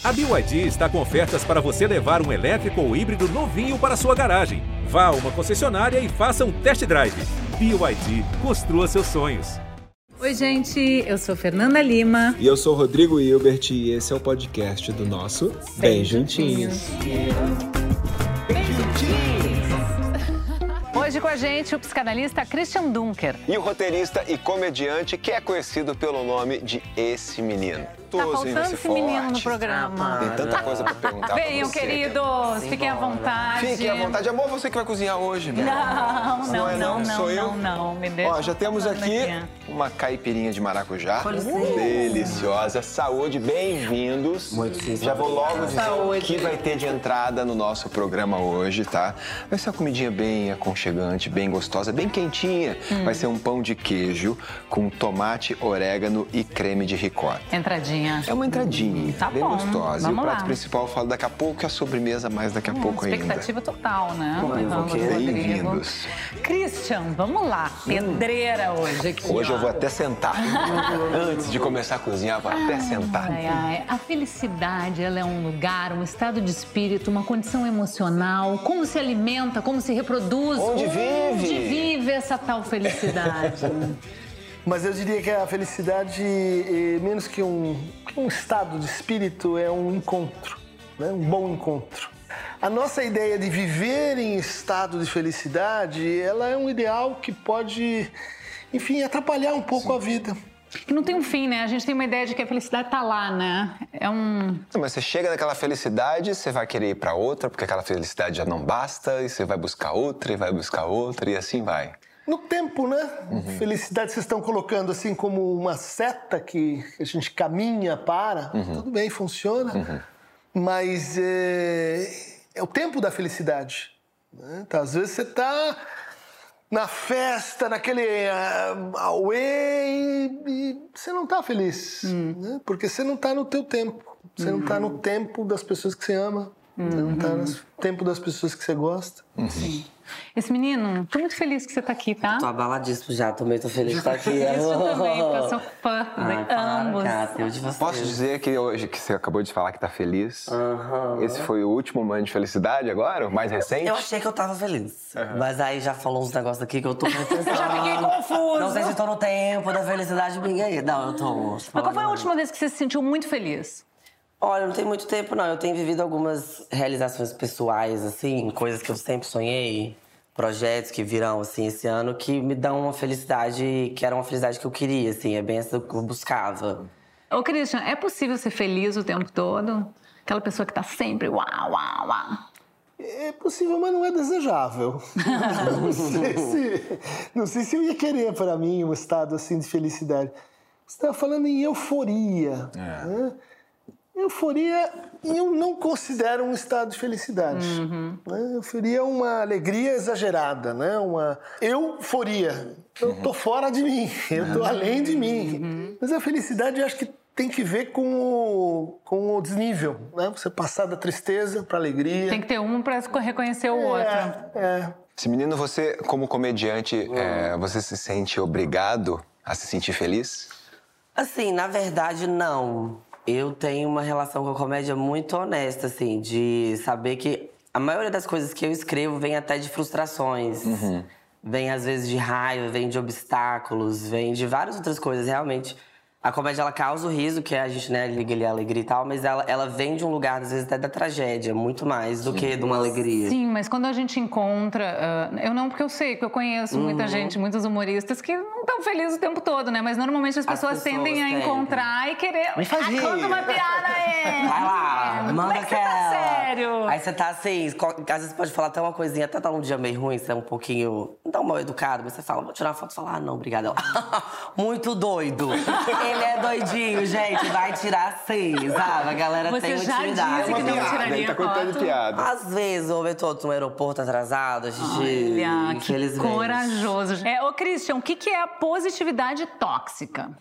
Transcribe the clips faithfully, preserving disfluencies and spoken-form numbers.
A B Y D está com ofertas para você levar um elétrico ou híbrido novinho para sua garagem. Vá a uma concessionária e faça um test drive. B Y D, construa seus sonhos. Oi, gente, eu sou Fernanda Lima. E eu sou Rodrigo Hilbert e esse é o podcast do nosso Bem, Bem Juntinhos. Bem Juntinhos. Hoje com a gente o psicanalista Christian Dunker. E o roteirista e comediante que é conhecido pelo nome de Esse Menino. Tá faltando esse menino no programa. Tem tanta coisa pra perguntar Venham, pra você. queridos, fiquem à vontade. Fiquem à vontade. Amor, você que vai cozinhar hoje, meu. Não, não, não, é, não, não, Sou não, eu? não, me deixa. Ó, já temos aqui uma caipirinha de maracujá. Uh, deliciosa. Saúde, bem-vindos. Muito sim. Já vou logo dizer Saúde. o que vai ter de entrada no nosso programa hoje, tá? Vai ser uma comidinha bem aconchegante, bem gostosa, bem quentinha. Hum. Vai ser um pão de queijo com tomate, orégano e creme de ricota. Entradinha. É uma entradinha. Tá bem bom, gostosa. vamos e o prato lá. principal eu falo daqui a pouco e a sobremesa mais daqui a Hum, pouco ainda. expectativa total, né? Vamos, bem-vindos. Christian, vamos lá. Pedreira hum. hoje aqui. Hoje ó. eu vou até sentar. Antes de começar a cozinhar, vou até sentar. Ai, ai. A felicidade, ela é um lugar, um estado de espírito, uma condição emocional. Como se alimenta, como se reproduz. Onde vive? Onde vive essa tal felicidade? Mas eu diria que a felicidade, menos que um, que um estado de espírito, é um encontro, né? Um bom encontro. A nossa ideia de viver em estado de felicidade, ela é um ideal que pode, enfim, atrapalhar um pouco Sim. a vida. Que não tem um fim, né? A gente tem uma ideia de que a felicidade tá lá, né? É um... Mas você chega naquela felicidade, você vai querer ir pra outra, porque aquela felicidade já não basta, e você vai buscar outra, e vai buscar outra, e assim vai. No tempo, né? Uhum. Felicidade vocês estão colocando assim como uma seta que a gente caminha para. Uhum. Tudo bem, funciona. Uhum. Mas é, é o tempo da felicidade. Né? Então, às vezes você está na festa, naquele uh, away e você não está feliz. Uhum. Né? Porque você não está no teu tempo. Você uhum. não está no tempo das pessoas que você ama. Uhum. Você não está no tempo das pessoas que você gosta. Uhum. Sim. Esse menino, tô muito feliz que você tá aqui, tá? Tô abaladíssimo já, também tô feliz de estar aqui. Isso também, porque eu sou fã Ai, de ambos. Cara, de vocês. Posso dizer que hoje, que você acabou de falar que tá feliz, uhum. esse foi o último momento de felicidade agora, o mais recente? Eu achei que eu tava feliz, uhum. mas aí já falou uns negócios aqui que eu tô pensando. Eu já fiquei confuso. Não sei se tô no tempo da felicidade minha aí. Não, eu tô... Mas qual foi a última vez que você se sentiu muito feliz? Olha, não tem muito tempo, não. Eu tenho vivido algumas realizações pessoais, assim, coisas que eu sempre sonhei. Projetos que virão, assim, esse ano, que me dão uma felicidade, que era uma felicidade que eu queria, assim, é bem essa que eu buscava. Ô, Christian, é possível ser feliz o tempo todo? Aquela pessoa que tá sempre uau, uau, uau. É possível, mas não é desejável. não, sei se, não sei se eu ia querer para mim um estado, assim, de felicidade. Você estava falando em euforia, é. né? Euforia, eu não considero um estado de felicidade. Uhum. Né? Euforia é uma alegria exagerada, né? Uma euforia. Eu tô fora de mim, eu tô além de mim. Uhum. Mas a felicidade, eu acho que tem que ver com o, com o desnível, né? Você passar da tristeza para alegria. Tem que ter um para reconhecer o é, outro. É. Esse menino, você, como comediante, uhum. é, você se sente obrigado a se sentir feliz? Assim, na verdade, não. Eu tenho uma relação com a comédia muito honesta, assim, de saber que a maioria das coisas que eu escrevo vem até de frustrações. Uhum. Vem, às vezes, de raiva, vem de obstáculos, vem de várias outras coisas, realmente. A comédia, ela causa o riso, que a gente, né, liga ali a alegria e tal, mas ela, ela vem de um lugar, às vezes, até da tragédia, muito mais do que de uma alegria. Sim, mas quando a gente encontra... Uh, eu não, porque eu sei, que eu conheço uhum. muita gente, muitos humoristas que não estão felizes o tempo todo, né? Mas, normalmente, as pessoas, as pessoas tendem a encontrar e querer... Me faz rir. Conta uma piada aí! Vai lá, é, manda como é que aquela. Você tá sério? Aí você tá assim, às vezes pode falar até uma coisinha, até tá um dia meio ruim, você é um pouquinho... Não tá mal educado, mas você fala, vou tirar uma foto e falar, ah, não, obrigada. Muito doido. Ele é doidinho. Gente, vai tirar sim, sabe? A galera Você tem já utilidade. disse que não tiraria ele tá contando foto. piada. Às vezes, o Beto no aeroporto atrasado, a gente... Olha, que infelizmente. corajoso. É, ô, Christian, o que, que é a positividade tóxica?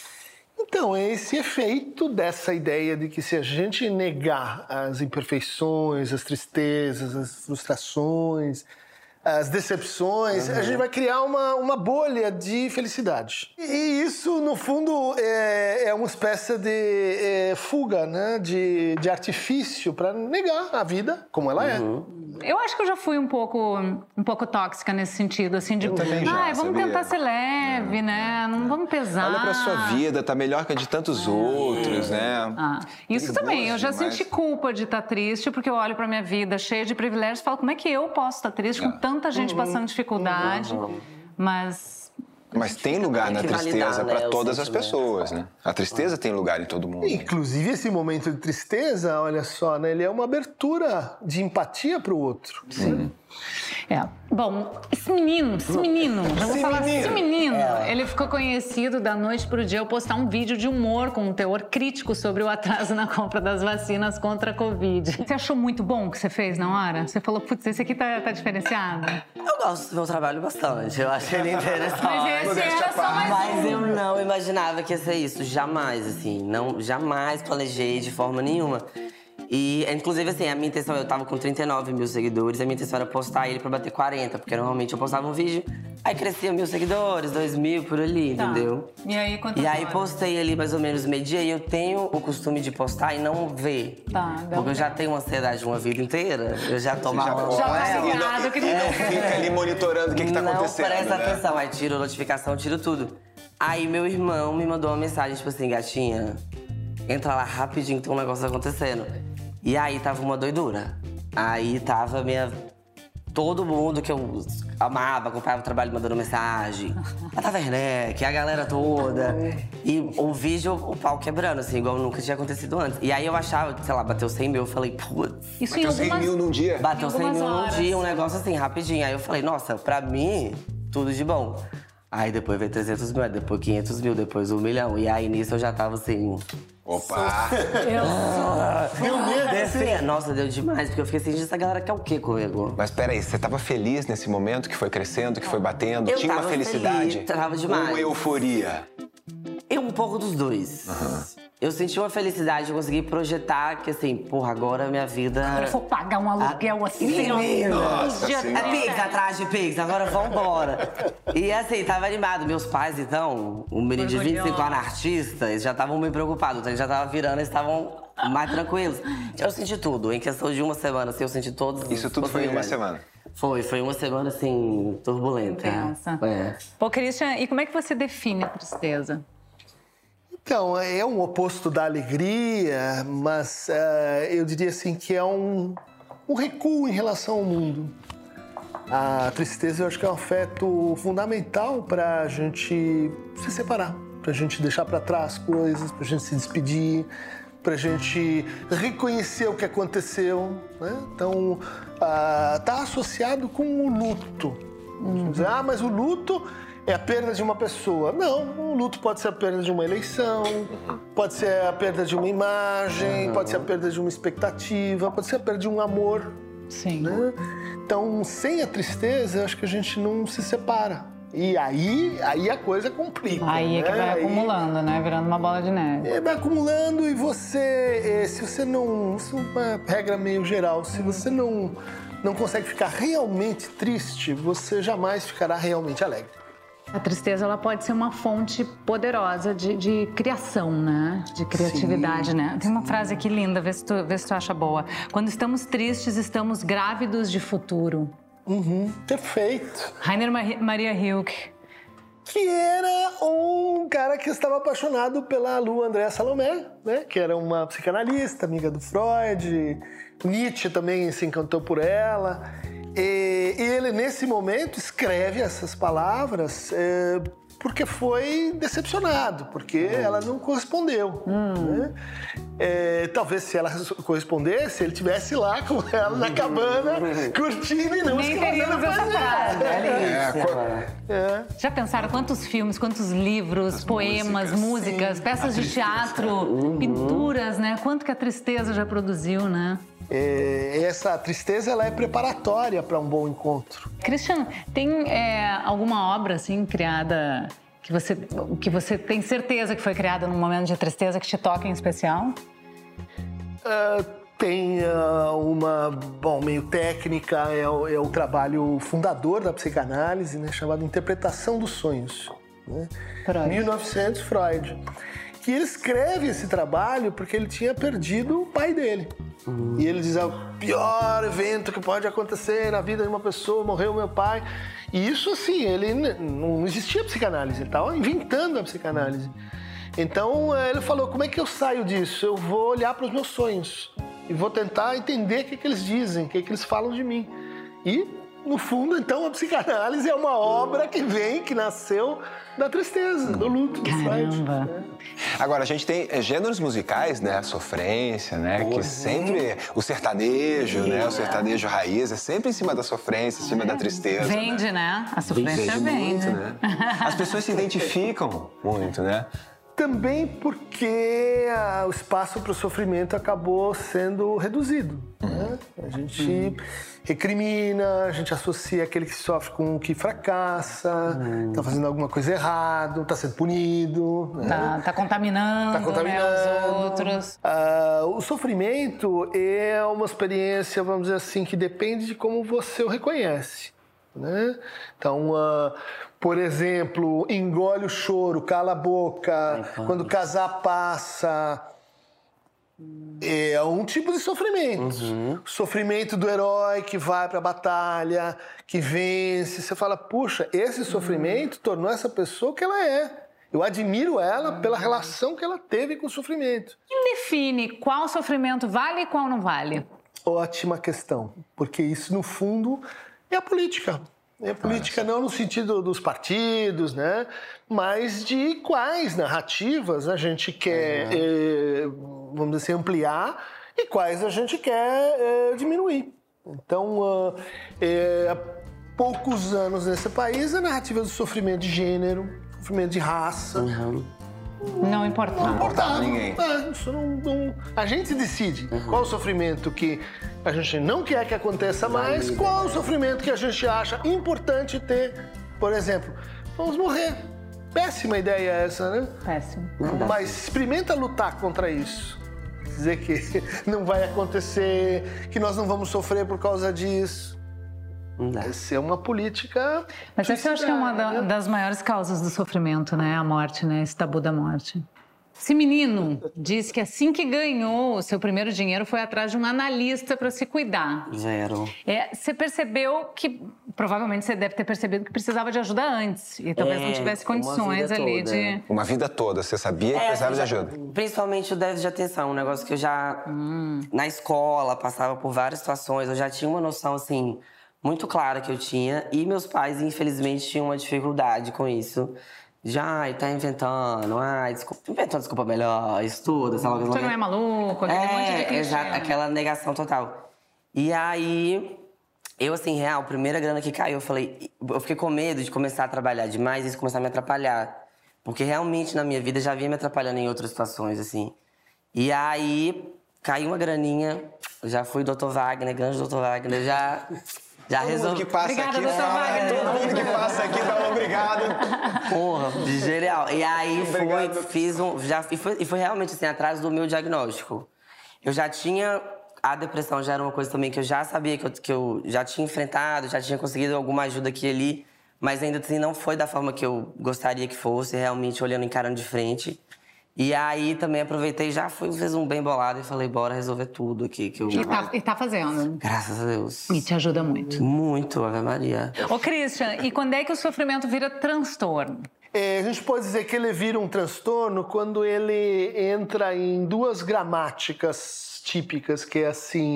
Então, é esse efeito dessa ideia de que se a gente negar as imperfeições, as tristezas, as frustrações, as decepções, uhum. a gente vai criar uma, uma bolha de felicidade. E isso, no fundo, é, é uma espécie de é, fuga, né? de, de artifício para negar a vida como ela uhum. é. Eu acho que eu já fui um pouco, um pouco tóxica nesse sentido, assim, de... Eu também já, ah, vamos sabia? tentar ser leve, é. né? Não vamos pesar. Olha pra sua vida, tá melhor que a de tantos é. outros, né? Ah, isso Perigoso também, eu já demais. senti culpa de estar triste, porque eu olho pra minha vida cheia de privilégios e falo, como é que eu posso estar triste é. com tanta gente uhum. passando dificuldade, uhum. mas... Mas tem lugar na tristeza para todas as pessoas, né? A tristeza tem lugar em todo mundo. Inclusive, esse momento de tristeza, olha só, né? Ele é uma abertura de empatia para o outro. Sim. Né? É. Bom, esse menino, esse menino, já vou falar menino. esse menino, é. ele ficou conhecido da noite pro dia ao postar um vídeo de humor com um teor crítico sobre o atraso na compra das vacinas contra a Covid. Você achou muito bom o que você fez na hora? Você falou, putz, esse aqui tá, tá diferenciado? Eu gosto do meu trabalho bastante, eu achei ele interessante. Mas esse era só mais Mas um. eu não imaginava que ia ser isso, jamais, assim, não, jamais planejei de forma nenhuma. E, inclusive, assim, a minha intenção, eu tava com trinta e nove mil seguidores, a minha intenção era postar ele pra bater quarenta, porque normalmente eu postava um vídeo, aí crescia mil seguidores, dois mil, por ali, tá. entendeu? E aí, quantas E aí horas? postei ali mais ou menos meio-dia, e eu tenho o costume de postar e não ver. Tá, porque eu já tenho uma ansiedade uma vida inteira, eu já tomo já, uma... Já tá ligado, que é. Fica ali monitorando o que, que tá acontecendo, Não presta né? atenção, aí tiro a notificação, tiro tudo. Aí meu irmão me mandou uma mensagem, tipo assim, gatinha, entra lá rapidinho que tem um negócio acontecendo. E aí tava uma doidura. Aí tava minha... Todo mundo que eu amava, acompanhava o trabalho mandando mensagem. A Taverneck, a galera toda. E o vídeo, o pau quebrando, assim, igual nunca tinha acontecido antes. E aí eu achava, sei lá, bateu cem mil, eu falei, putz. Isso bateu cem mil num dia? Bateu cem mil num horas. dia, um negócio assim, rapidinho. Aí eu falei, nossa, pra mim, tudo de bom. Aí depois veio trezentos mil, depois quinhentos mil, depois um milhão. E aí nisso eu já tava assim... Opa! Eu sou... Deu medo, assim. Nossa, deu demais, porque eu fiquei assim, essa galera quer o quê comigo? Mas peraí, você tava feliz nesse momento que foi crescendo, que foi batendo? Eu Tinha uma tava felicidade? Feliz, tava demais. Uma euforia? Eu, um pouco dos dois. Uhum. Eu senti uma felicidade, eu consegui projetar que assim, porra, agora minha vida... Agora eu vou pagar um aluguel assim. Menina! Nossa É Pix, atrás de Pix, agora vambora. E assim, tava animado. Meus pais, então, um menino de vinte e cinco anos, artista, eles já estavam meio preocupados. Então, eles já estavam virando, eles estavam mais tranquilos. Eu senti tudo. Em questão de uma semana, assim, eu senti todos... Isso tudo foi em uma semana? Foi, foi uma semana, assim, turbulenta. Intensa. É. Pô, Christian, e como é que você define a tristeza? Então, é um oposto da alegria, mas uh, eu diria assim que é um, um recuo em relação ao mundo. A tristeza eu acho que é um afeto fundamental para a gente se separar, para a gente deixar para trás coisas, para a gente se despedir, para a gente reconhecer o que aconteceu, né? Então, está uh, associado com o luto. Uhum. Dizer, ah, mas o luto é a perda de uma pessoa. Não, o luto pode ser a perda de uma eleição, pode ser a perda de uma imagem, uhum. pode ser a perda de uma expectativa, pode ser a perda de um amor. Sim. Né? Então, sem a tristeza, eu acho que a gente não se separa. E aí, aí a coisa complica. Aí né? é que vai aí, acumulando, né? Virando uma bola de neve. É, vai acumulando e você, se você não... Isso é uma regra meio geral. Se você não, não consegue ficar realmente triste, você jamais ficará realmente alegre. A tristeza, ela pode ser uma fonte poderosa de, de criação, né? De criatividade, Sim. né? Tem uma frase aqui linda, vê se, tu, vê se tu acha boa. Quando estamos tristes, estamos grávidos de futuro. Uhum, perfeito. Rainer Maria Rilke. Que era um cara que estava apaixonado pela Lu Andréa Salomé, né? Que era uma psicanalista, amiga do Freud. Nietzsche também se encantou por ela. E ele, nesse momento, escreve essas palavras é, porque foi decepcionado, porque ela não correspondeu. Hum. Né? É, talvez se ela correspondesse, ele estivesse lá com ela na cabana, curtindo e não escrevendo essa frase. É, é. Já pensaram quantos filmes, quantos livros, As poemas, músicas, músicas peças de teatro, uhum. pinturas, né? Quanto que a tristeza já produziu, né? É, essa tristeza, ela é preparatória para um bom encontro. Christian, tem é, alguma obra assim criada que você, que você tem certeza que foi criada num momento de tristeza que te toca em especial? Uh, tem uh, uma, bom, meio técnica, é o, é o trabalho fundador da psicanálise, né, chamado Interpretação dos Sonhos. Né? Freud. mil e novecentos, Freud. Que ele escreve esse trabalho porque ele tinha perdido o pai dele. Uhum. E ele diz, é o pior evento que pode acontecer na vida de uma pessoa, morreu meu pai. E isso, assim, ele não existia psicanálise, ele estava inventando a psicanálise. Então, ele falou, como é que eu saio disso? Eu vou olhar para os meus sonhos e vou tentar entender o que, que eles dizem, o que, que eles falam de mim. E, no fundo, então, a psicanálise é uma obra que vem, que nasceu da tristeza, do luto, do Freud. Agora, a gente tem gêneros musicais, né? A sofrência, né? Que sempre... O sertanejo, né? O sertanejo raiz é sempre em cima da sofrência, em cima da tristeza. Vende, né? A sofrência vende. Muito, né? As pessoas se identificam muito, né? Também porque ah, o espaço para o sofrimento acabou sendo reduzido. Uhum. Né? A gente uhum. recrimina, a gente associa aquele que sofre com o que fracassa, está uhum. fazendo alguma coisa errada, está sendo punido. Está né? tá contaminando, tá contaminando. Né, os outros. Ah, o sofrimento é uma experiência, vamos dizer assim, que depende de como você o reconhece. Né? Então, uh, por exemplo, engole o choro, cala a boca, Ai, quando o casar passa, é um tipo de sofrimento. Uhum. O sofrimento do herói que vai para a batalha, que vence. Você fala, puxa, esse sofrimento uhum. tornou essa pessoa o que ela é. Eu admiro ela pela relação que ela teve com o sofrimento. Quem define qual sofrimento vale e qual não vale? Ótima questão, porque isso, no fundo... É a política. É a política não no sentido dos partidos, né? Mas de quais narrativas a gente quer, uhum. eh, vamos dizer, ampliar e quais a gente quer eh, diminuir. Então, uh, eh, há poucos anos nesse país, a narrativa do sofrimento de gênero, sofrimento de raça... Uhum. Não importava. Não importava ninguém. É, isso não, não... A gente decide uhum. qual o sofrimento que a gente não quer que aconteça mais, Vai, qual o sofrimento que a gente acha importante ter. Por exemplo, vamos morrer. Péssima ideia essa, né? Péssimo. Mas experimenta lutar contra isso. Dizer que não vai acontecer, que nós não vamos sofrer por causa disso. Essa é uma política... Mas essa eu acho que é uma da, das maiores causas do sofrimento, né? A morte, né? Esse tabu da morte. Esse menino diz que assim que ganhou o seu primeiro dinheiro foi atrás de um analista para se cuidar. Zero. É, você percebeu que... Provavelmente você deve ter percebido que precisava de ajuda antes. E talvez é, não tivesse condições ali toda. de... Uma vida toda. Você sabia que é, precisava já, de ajuda. Principalmente o déficit de atenção. Um negócio que eu já... Hum. Na escola, passava por várias situações. Eu já tinha uma noção, assim... muito clara que eu tinha, e meus pais, infelizmente, tinham uma dificuldade com isso. Já, ai, tá inventando, ai, desculpa, inventando desculpa melhor, estuda, sei lá. Você não é maluco, aquele é, monte de clichê. Exato, aquela negação total. E aí, eu, assim, real, a primeira grana que caiu, eu falei, eu fiquei com medo de começar a trabalhar demais e isso começar a me atrapalhar. Porque realmente, na minha vida, já vinha me atrapalhando em outras situações, assim. E aí, caiu uma graninha, já fui doutor Wagner, grande doutor Wagner, já... Já todo resolvi. mundo que passa Obrigada, aqui, doutor Wagner. Todo mundo que passa aqui fala obrigado. Porra, genial. E aí fui, fiz um. Já, e, foi, e foi realmente assim, atrás do meu diagnóstico. Eu já tinha. A depressão já era uma coisa também que eu já sabia que eu, que eu já tinha enfrentado, já tinha conseguido alguma ajuda aqui e ali, mas ainda assim não foi da forma que eu gostaria que fosse, realmente olhando, encarando de frente. E aí também aproveitei e já fui, fiz um bem bolado e falei, bora resolver tudo aqui. Que eu... E tá, e tá fazendo. Graças a Deus. E te ajuda muito. Muito, Ave Maria. Ô, Christian, e quando é que o sofrimento vira transtorno? É, a gente pode dizer que ele vira um transtorno quando ele entra em duas gramáticas típicas, que é assim,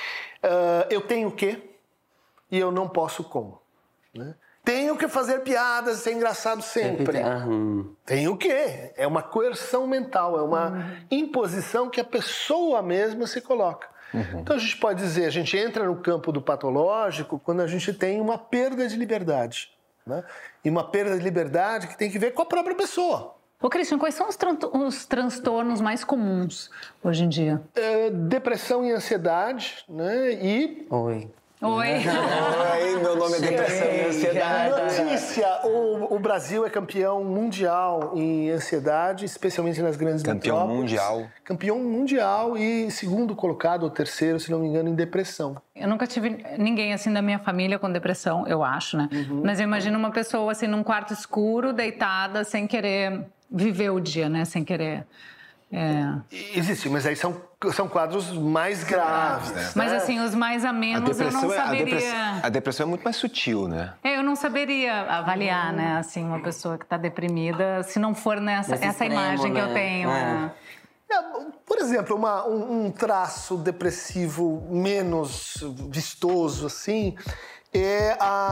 uh, eu tenho o quê e eu não posso como, né? Tenho que fazer piadas e ser engraçado sempre. Uhum. Tem o quê? É uma coerção mental, é uma uhum. imposição que a pessoa mesma se coloca. Uhum. Então a gente pode dizer, a gente entra no campo do patológico quando a gente tem uma perda de liberdade, né? E uma perda de liberdade que tem que ver com a própria pessoa. Ô, Christian, quais são os, tran- os transtornos mais comuns hoje em dia? É, depressão e ansiedade, né? E... Oi. Oi. Oi, meu nome é Depressão e Ansiedade. Notícia, o, o Brasil é campeão mundial em ansiedade, especialmente nas grandes Campeão metrópoles. mundial. Campeão mundial e segundo colocado, ou terceiro, se não me engano, em depressão. Eu nunca tive ninguém assim da minha família com depressão, eu acho, né? Uhum. Mas eu imagino uma pessoa assim num quarto escuro, deitada, sem querer viver o dia, né? Sem querer... É. Existe, mas aí são, são quadros mais graves. Né? Mas assim, os mais a menos eu não é, saberia... A depressão, a depressão é muito mais sutil, né? É, eu não saberia avaliar, né? Assim, uma pessoa que está deprimida, se não for nessa essa extremo, imagem né? que eu tenho. É. Né? É, por exemplo, uma, um, um traço depressivo menos vistoso, assim, é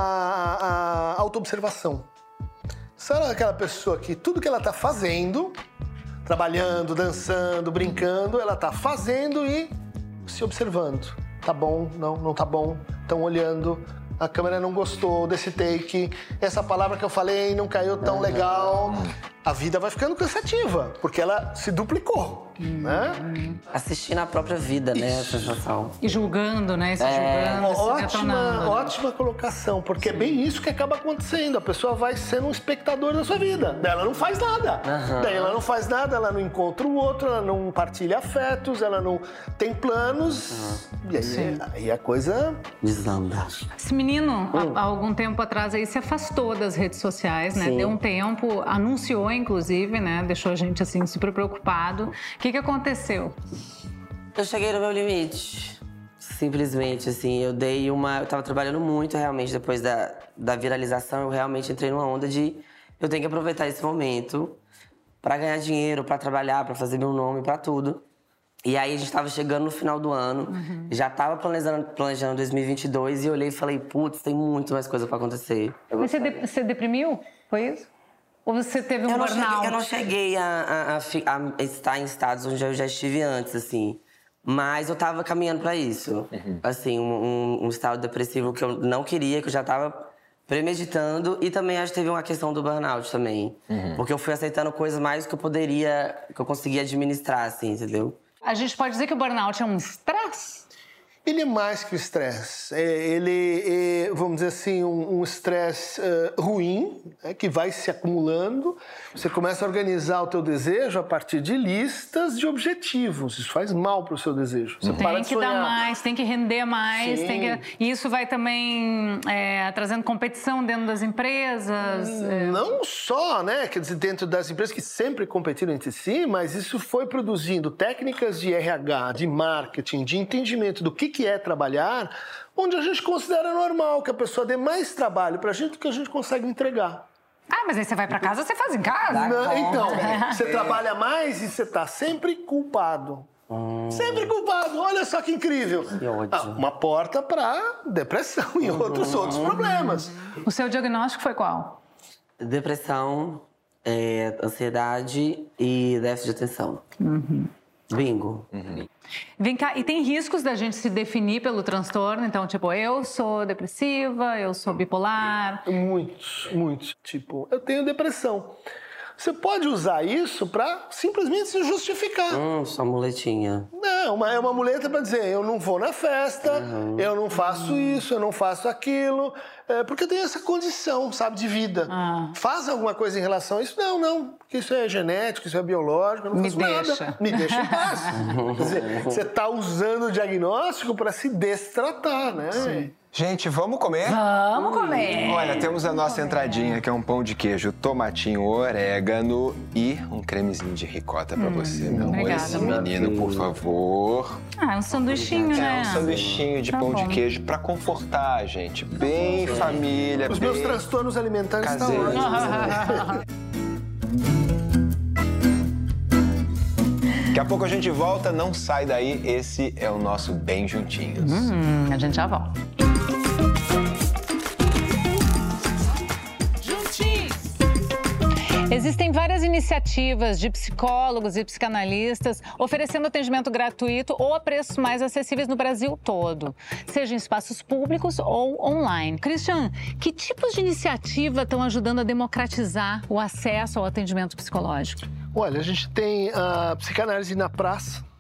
a, a autoobservação. Sabe aquela pessoa que tudo que ela está fazendo... Trabalhando, dançando, brincando, ela tá fazendo e se observando. Tá bom, não, não tá bom. Estão olhando, a câmera não gostou desse take, essa palavra que eu falei não caiu tão legal. A vida vai ficando cansativa, porque ela se duplicou, né? Assistindo a própria vida, né? A sensação. E julgando, né? Se É. julgando, se Ótima, detonando, né? ótima colocação, porque Sim. é bem isso que acaba acontecendo. A pessoa vai sendo um espectador da sua vida. Daí ela não faz nada. Uhum. Daí ela não faz nada, ela não encontra o outro, ela não partilha afetos, ela não tem planos. Uhum. E aí, aí a coisa... Desanda. Esse menino, Hum. há, há algum tempo atrás, aí se afastou das redes sociais, né? Sim. Deu um tempo, anunciou, inclusive, né? Deixou a gente, assim, super preocupado. O que que aconteceu? Eu cheguei no meu limite. Simplesmente, assim, eu dei uma... Eu tava trabalhando muito, realmente, depois da, da viralização. Eu realmente entrei numa onda de... Eu tenho que aproveitar esse momento pra ganhar dinheiro, pra trabalhar, pra fazer meu nome, pra tudo. E aí, a gente tava chegando no final do ano. Uhum. Já tava planejando, planejando dois mil e vinte e dois. E eu olhei e falei, putz, tem muito mais coisa pra acontecer. Mas você, de, você deprimiu? Foi isso? Ou você teve um eu não burnout? Cheguei, eu não cheguei a, a, a, a estar em estados onde eu já estive antes, assim. Mas eu tava caminhando pra isso. Uhum. Assim, um, um estado depressivo que eu não queria, que eu já tava premeditando. E também acho que teve uma questão do burnout também. Uhum. Porque eu fui aceitando coisas mais que eu poderia, que eu conseguia administrar, assim, entendeu? A gente pode dizer que o burnout é um estresse? Ele é mais que o estresse. Ele é, vamos dizer assim, um estresse um uh, ruim, né, que vai se acumulando. Você começa a organizar o teu desejo a partir de listas de objetivos. Isso faz mal para o seu desejo. Você tem para que dar mais, tem que render mais. Tem que... E isso vai também é, trazendo competição dentro das empresas. É... Não só, né? Quer dizer, dentro das empresas que sempre competiram entre si, mas isso foi produzindo técnicas de R H, de marketing, de entendimento do que que é trabalhar, onde a gente considera normal que a pessoa dê mais trabalho pra gente do que a gente consegue entregar. Ah, mas aí você vai pra casa, você faz em casa. Não, então, você trabalha mais e você tá sempre culpado. Hum. Sempre culpado. Olha só que incrível. Que ódio. Ah, uma porta pra depressão e outros uhum. outros problemas. O seu diagnóstico foi qual? Depressão, é, ansiedade e déficit de atenção. Uhum. Bingo. Uhum. Vem cá, e tem riscos da gente se definir pelo transtorno? Então, tipo, eu sou depressiva, eu sou bipolar? Muitos, muitos. Tipo, eu tenho depressão. Você pode usar isso para simplesmente se justificar. Hum, só muletinha. Não, uma, é uma muleta para dizer, eu não vou na festa, uhum. eu não faço isso, eu não faço aquilo, é, porque eu tenho essa condição, sabe, de vida. Ah. Faz alguma coisa em relação a isso? Não, não, porque isso é genético, isso é biológico, eu não Me faço deixa. nada. Me deixa em paz. Quer dizer, você está usando o diagnóstico para se destratar, né? Sim. Gente, vamos comer? Vamos comer! Olha, temos a nossa entradinha, que é um pão de queijo, tomatinho, orégano e um cremezinho de ricota pra hum, você, meu amor. Esse menino, por favor. Ah, é um sanduichinho, é, né? É um sanduichinho de tá pão bom. de queijo pra confortar a gente. Bem família, Os bem meus transtornos alimentares caseiro. estão ótimos. Daqui a pouco a gente volta, não sai daí. Esse é o nosso Bem Juntinhos. Hum, a gente já volta. Existem várias iniciativas de psicólogos e psicanalistas oferecendo atendimento gratuito ou a preços mais acessíveis no Brasil todo, seja em espaços públicos ou online. Christian, que tipos de iniciativa estão ajudando a democratizar o acesso ao atendimento psicológico? Olha, a gente tem a psicanálise na praça,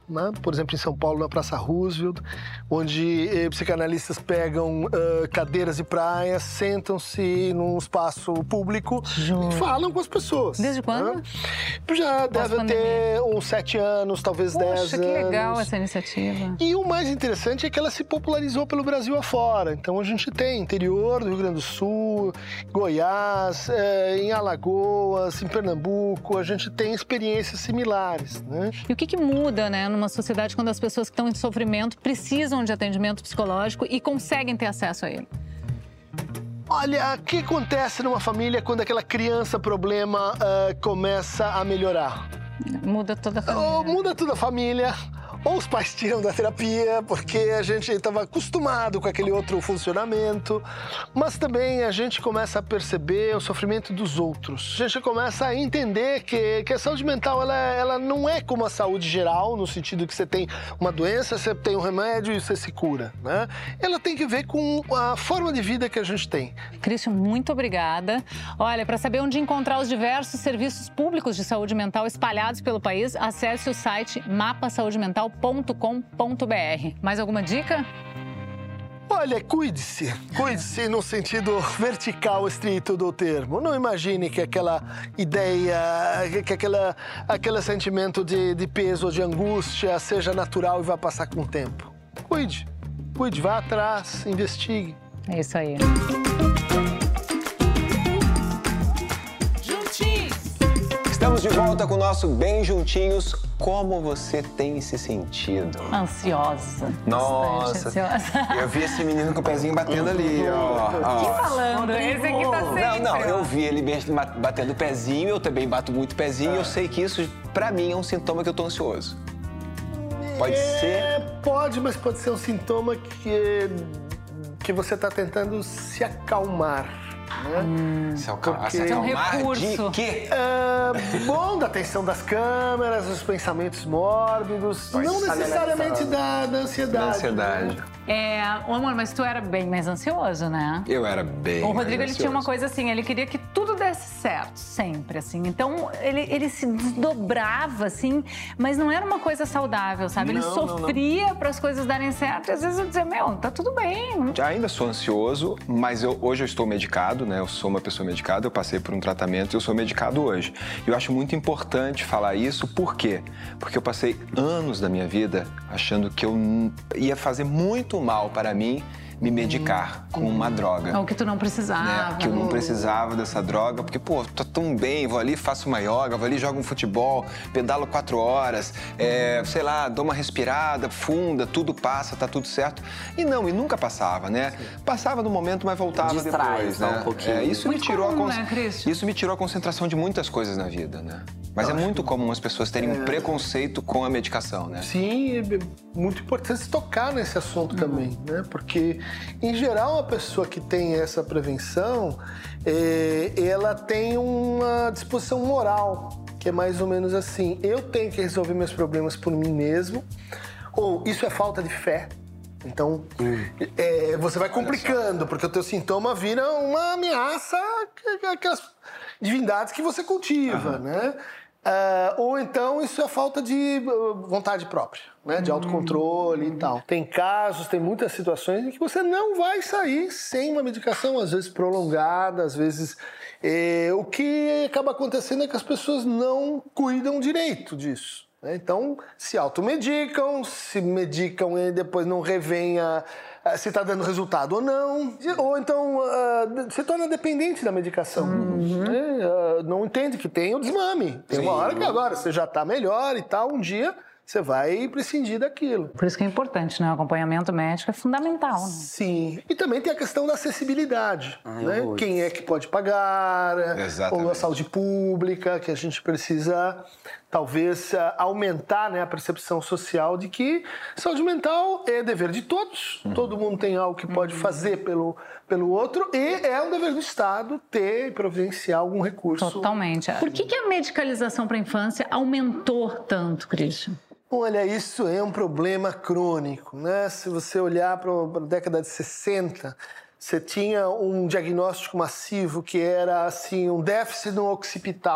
né? Por exemplo, em São Paulo, na Praça Roosevelt, onde eh, psicanalistas pegam uh, cadeiras de praia, sentam-se num espaço público Juro. e falam com as pessoas. Desde quando? Né? Já deve ter uns sete anos, talvez Poxa, dez anos. que legal essa iniciativa. E o mais interessante é que ela se popularizou pelo Brasil afora. Então a gente tem interior do Rio Grande do Sul, Goiás, eh, em Alagoas, em Pernambuco, a gente tem experiências similares, né? E o que, que muda, né, numa sociedade quando as pessoas que estão em sofrimento precisam de atendimento psicológico e conseguem ter acesso a ele? Olha, o que acontece numa família quando aquela criança problema uh, começa a melhorar? Muda toda a família. Ou muda toda a família. Ou os pais tiram da terapia, porque a gente estava acostumado com aquele outro funcionamento. Mas também a gente começa a perceber o sofrimento dos outros. A gente começa a entender que, que a saúde mental ela, ela não é como a saúde geral, no sentido que você tem uma doença, você tem um remédio e você se cura, né? Ela tem que ver com a forma de vida que a gente tem. Christian, muito obrigada. Olha, para saber onde encontrar os diversos serviços públicos de saúde mental espalhados pelo país, acesse o site mapa saúde mental ponto com ponto br. Mais alguma dica? Olha, cuide-se. Cuide-se no sentido vertical estrito do termo. Não imagine que aquela ideia, que aquela, aquele sentimento de, de peso ou de angústia seja natural e vá passar com o tempo. Cuide. Cuide, vá atrás, investigue. É isso aí. Estamos de volta com o nosso Bem Juntinhos. Como você tem se sentido? Ansiosa. Nossa, ansiosa. Eu vi esse menino com o pezinho batendo ali, ó. ó. Que falando? Esse aqui tá sempre. Não, não, eu vi ele batendo o pezinho, eu também bato muito o pezinho, ah. eu sei que isso, pra mim, é um sintoma que eu tô ansioso. Pode é, ser? Pode, mas pode ser um sintoma que, que você tá tentando se acalmar. Né? Hum, se acalmar, se acalmar é um recurso. De quê? É, bom, da atenção das câmeras, dos pensamentos mórbidos, Pode não necessariamente da, da ansiedade. Da ansiedade. Né? É, amor, mas tu era bem mais ansioso, né? Eu era bem O Rodrigo, mais ele tinha uma coisa assim, ele queria que tudo desse certo, sempre, assim. Então, ele, ele se desdobrava, assim, mas não era uma coisa saudável, sabe? Ele não, sofria para as coisas darem certo e às vezes eu dizia, meu, tá tudo bem. Já ainda sou ansioso, mas eu, hoje eu estou medicado, né? Eu sou uma pessoa medicada, eu passei por um tratamento e eu sou medicado hoje. E eu acho muito importante falar isso, por quê? Porque eu passei anos da minha vida achando que eu ia fazer muito mal para mim me medicar com uma droga. Ou que tu não precisava. Né? Que eu não precisava dessa droga, porque, pô, tô tão bem, vou ali, faço uma yoga, vou ali, jogo um futebol, pedalo quatro horas, é, sei lá, dou uma respirada funda, tudo passa, tá tudo certo. E não, e nunca passava, né? Passava no momento, mas voltava Distrai, depois, né? Um pouquinho. É, isso, me tirou comum, a con... né, isso me tirou a concentração de muitas coisas na vida, né? Mas é muito comum as pessoas terem um preconceito com a medicação, né? Sim, é muito importante tocar nesse assunto uhum. também, né? Porque, em geral, a pessoa que tem essa prevenção, é, ela tem uma disposição moral, que é mais ou menos assim, eu tenho que resolver meus problemas por mim mesmo, ou isso é falta de fé. Então, hum. é, você vai complicando, porque o teu sintoma vira uma ameaça àquelas divindades que você cultiva, uhum. né? Uh, ou então isso é falta de vontade própria, né? De autocontrole hum. e tal. Tem casos, tem muitas situações em que você não vai sair sem uma medicação, às vezes prolongada, às vezes... É, o que acaba acontecendo é que as pessoas não cuidam direito disso. Né? Então, se automedicam, se medicam e depois não revêem a, a, se está dando resultado ou não. Ou então uh, se torna dependente da medicação. Uhum. Né? Uh, não entende que tem o desmame. Tem Sim. uma hora que agora você já está melhor e tal, um dia você vai prescindir daquilo. Por isso que é importante, né? O acompanhamento médico é fundamental. Né? Sim. E também tem a questão da acessibilidade. Ai, né? Quem é que pode pagar, Exatamente. Ou a saúde pública, que a gente precisa talvez aumentar, né, a percepção social de que saúde mental é dever de todos. Uhum. Todo mundo tem algo que pode uhum. fazer pelo, pelo outro e é um dever do Estado ter e providenciar algum recurso. Totalmente. Por que, que a medicalização para a infância aumentou tanto, Christian? Olha, isso é um problema crônico, né? Se você olhar para a década de sessenta, você tinha um diagnóstico massivo que era assim, um déficit no occipital.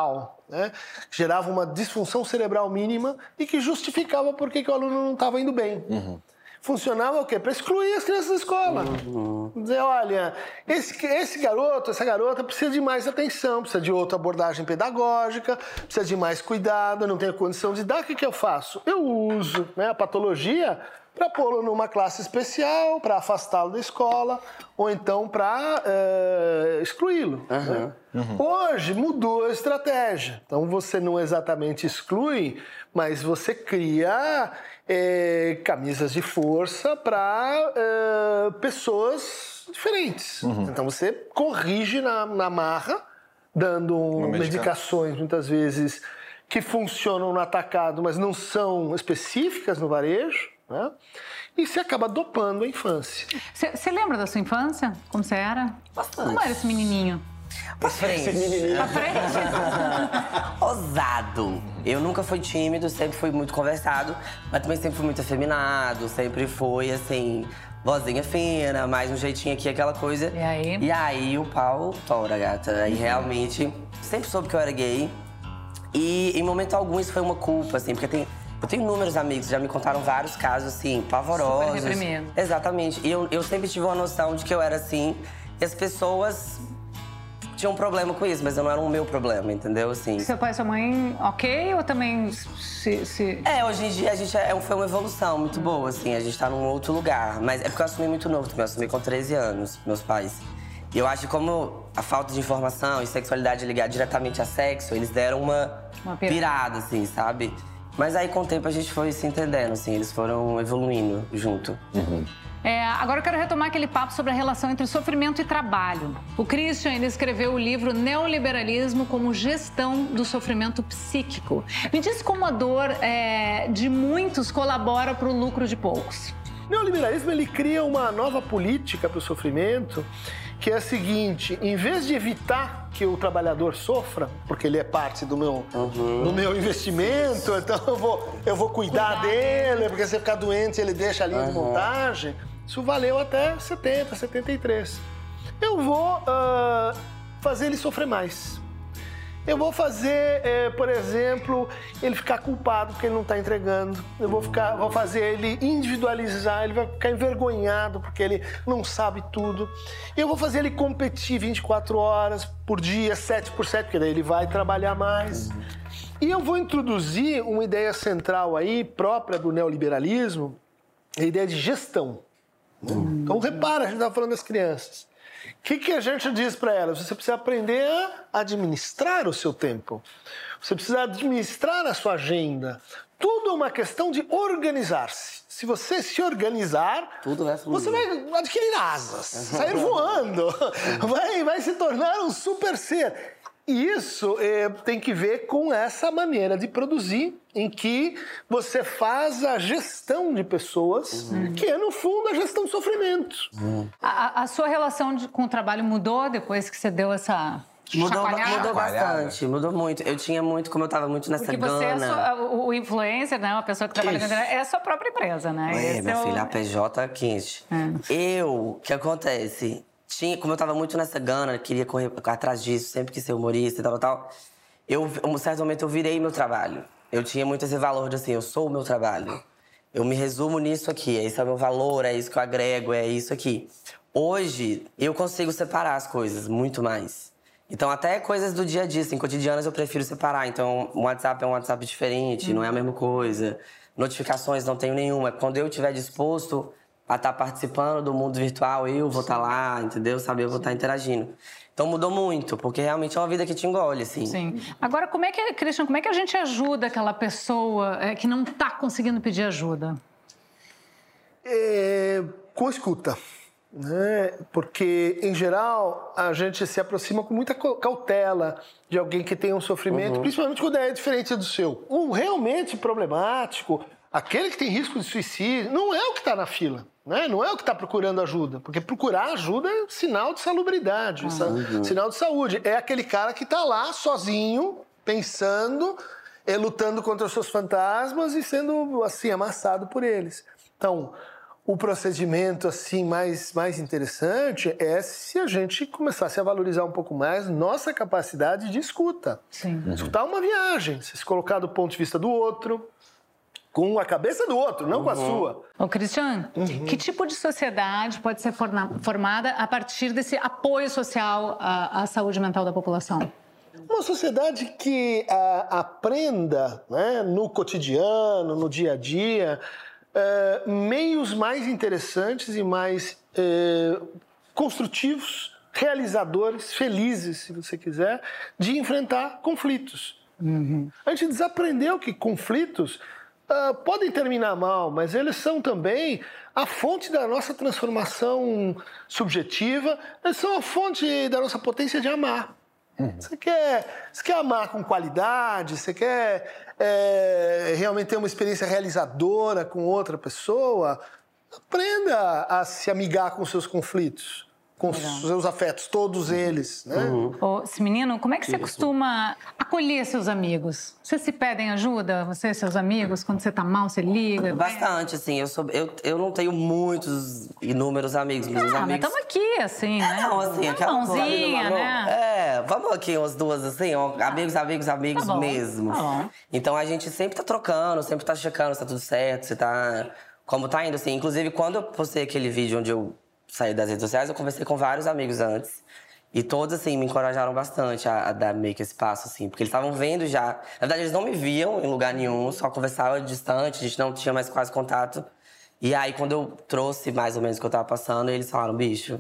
né? Gerava uma disfunção cerebral mínima e que justificava por que o aluno não estava indo bem. Uhum. Funcionava o quê? Para excluir as crianças da escola. Uhum. Dizer, olha, esse, esse garoto, essa garota precisa de mais atenção, precisa de outra abordagem pedagógica, precisa de mais cuidado, eu não tenho condição de dar, o que, que eu faço? Eu uso, né, a patologia para pô-lo numa classe especial, para afastá-lo da escola, ou então para é, excluí-lo. Uhum. Né? Uhum. Hoje mudou a estratégia. Então você não exatamente exclui, mas você cria é, camisas de força para é, pessoas diferentes. Uhum. Então você corrige na, na marra, dando medicações muitas vezes que funcionam no atacado, mas não são específicas no varejo. Né? E você acaba dopando a infância. Você lembra da sua infância? Como você era? Bastante. Como era esse menininho? Pra frente. Pra frente? Ousado. Eu nunca fui tímido, sempre fui muito conversado, mas também sempre fui muito afeminado, sempre fui, assim, vozinha fina, mais um jeitinho aqui, aquela coisa. E aí? E aí o pau tora, gata. Aí realmente, sempre soube que eu era gay. E em momento algum isso foi uma culpa, assim, porque tem... Eu tenho inúmeros amigos que já me contaram vários casos, assim, pavorosos. Super reprimido. Exatamente. E eu, eu sempre tive uma noção de que eu era assim, e as pessoas tinham um problema com isso, mas eu não era o meu problema, entendeu? Assim. Seu pai e sua mãe, ok? Ou também se... se... É, hoje em dia a gente é, foi uma evolução muito boa, assim, a gente tá num outro lugar. Mas é porque eu assumi muito novo também, eu assumi com treze anos, meus pais. E eu acho que como a falta de informação e sexualidade ligada diretamente a sexo, eles deram uma, uma pirada, assim, sabe? Mas aí, com o tempo, a gente foi se entendendo, assim, eles foram evoluindo junto. Uhum. É, agora eu quero retomar aquele papo sobre a relação entre sofrimento e trabalho. O Christian, ele escreveu o livro Neoliberalismo como Gestão do Sofrimento Psíquico. Me diz como a dor é, de muitos colabora para o lucro de poucos. O neoliberalismo, ele cria uma nova política para o sofrimento, que é a seguinte: em vez de evitar que o trabalhador sofra, porque ele é parte do meu, uhum. do meu investimento, então eu vou, eu vou cuidar, cuidar dele, porque se ficar doente ele deixa a linha uhum. de montagem. Isso valeu até setenta, setenta e três. Eu vou uh, fazer ele sofrer mais. Eu vou fazer, eh, por exemplo, ele ficar culpado porque ele não está entregando. Eu vou, ficar, vou fazer ele individualizar, ele vai ficar envergonhado porque ele não sabe tudo. Eu vou fazer ele competir vinte e quatro horas por dia, sete por sete, porque daí ele vai trabalhar mais. E eu vou introduzir uma ideia central aí, própria do neoliberalismo, a ideia de gestão. Hum. Então, repara, a gente estava falando das crianças. O que, que a gente diz para elas? Você precisa aprender a administrar o seu tempo. Você precisa administrar a sua agenda. Tudo é uma questão de organizar-se. Se você se organizar, Tudo vai fluir. Você vai adquirir asas, sair voando, vai, vai se tornar um super ser. E isso é, tem que ver com essa maneira de produzir, em que você faz a gestão de pessoas, uhum. que é, no fundo, a gestão do sofrimento. Uhum. A, a sua relação de, com o trabalho mudou depois que você deu essa Mudou, chacoalhada? mudou bastante, mudou muito. Eu tinha muito, como eu tava muito nessa Porque você gana... é sua, o, o influencer, né? Uma pessoa que trabalha com é a sua própria empresa, né? É, Esse minha é o... filha, a P J quente. É. Eu, o que acontece... Tinha, como eu tava muito nessa gana, queria correr atrás disso, sempre quis ser humorista e tal, tal, eu, em um certo momento, eu virei meu trabalho. Eu tinha muito esse valor de assim, eu sou o meu trabalho. Eu me resumo nisso aqui, esse é o meu valor, é isso que eu agrego, é isso aqui. Hoje, eu consigo separar as coisas muito mais. Então, até coisas do dia a dia, assim, cotidianas eu prefiro separar. Então, o WhatsApp é um WhatsApp diferente, hum. não é a mesma coisa. Notificações não tenho nenhuma. Quando eu estiver disposto a estar participando do mundo virtual, eu vou estar lá, entendeu? Sabe? Eu vou estar interagindo. Então mudou muito, porque realmente é uma vida que te engole, assim. Sim. Agora, como é que, Christian, como é que a gente ajuda aquela pessoa é, que não está conseguindo pedir ajuda? É, com escuta, né? Porque, em geral, a gente se aproxima com muita cautela de alguém que tem um sofrimento, uhum. principalmente quando é diferente do seu. O realmente problemático, aquele que tem risco de suicídio, não é o que está na fila. Né? Não é o que está procurando ajuda, porque procurar ajuda é sinal de salubridade, uhum. sinal de saúde. É aquele cara que está lá sozinho, pensando, é, lutando contra os seus fantasmas e sendo assim amassado por eles. Então, o procedimento assim mais, mais interessante é se a gente começasse a valorizar um pouco mais nossa capacidade de escuta. Sim. Escutar uma viagem, se colocar do ponto de vista do outro, com a cabeça do outro, não uhum. com a sua. Ô, Cristian, uhum. que tipo de sociedade pode ser formada a partir desse apoio social à, à saúde mental da população? Uma sociedade que a, aprenda, né, no cotidiano, no dia a dia, uh, meios mais interessantes e mais uh, construtivos, realizadores, felizes, se você quiser, de enfrentar conflitos. Uhum. A gente desaprendeu que conflitos uh, podem terminar mal, mas eles são também a fonte da nossa transformação subjetiva, eles são a fonte da nossa potência de amar. Você quer, você quer amar com qualidade, você quer é, realmente ter uma experiência realizadora com outra pessoa, aprenda a se amigar com seus conflitos, com os seus afetos, todos eles, né? Uhum. Ô, esse menino, como é que você costuma acolher seus amigos? Vocês se pedem ajuda, você e seus amigos, quando você tá mal, você liga? Bastante, assim, eu, sou, eu, eu não tenho muitos, inúmeros amigos, meus ah, amigos... mas estamos aqui, assim, né? É, não, assim, aquela mãozinha, né? É, vamos aqui umas duas, assim, ó, amigos, amigos, amigos tá bom, mesmo. Tá bom. Então a gente sempre tá trocando, sempre tá checando se tá tudo certo, se tá... Como tá indo, assim. Inclusive, quando eu postei aquele vídeo onde eu saí das redes sociais, eu conversei com vários amigos antes. E todos, assim, me encorajaram bastante a, a dar meio que esse passo, assim. Porque eles estavam vendo já... Na verdade, eles não me viam em lugar nenhum, só conversava distante, a gente não tinha mais quase contato. E aí, quando eu trouxe mais ou menos o que eu tava passando, eles falaram, bicho,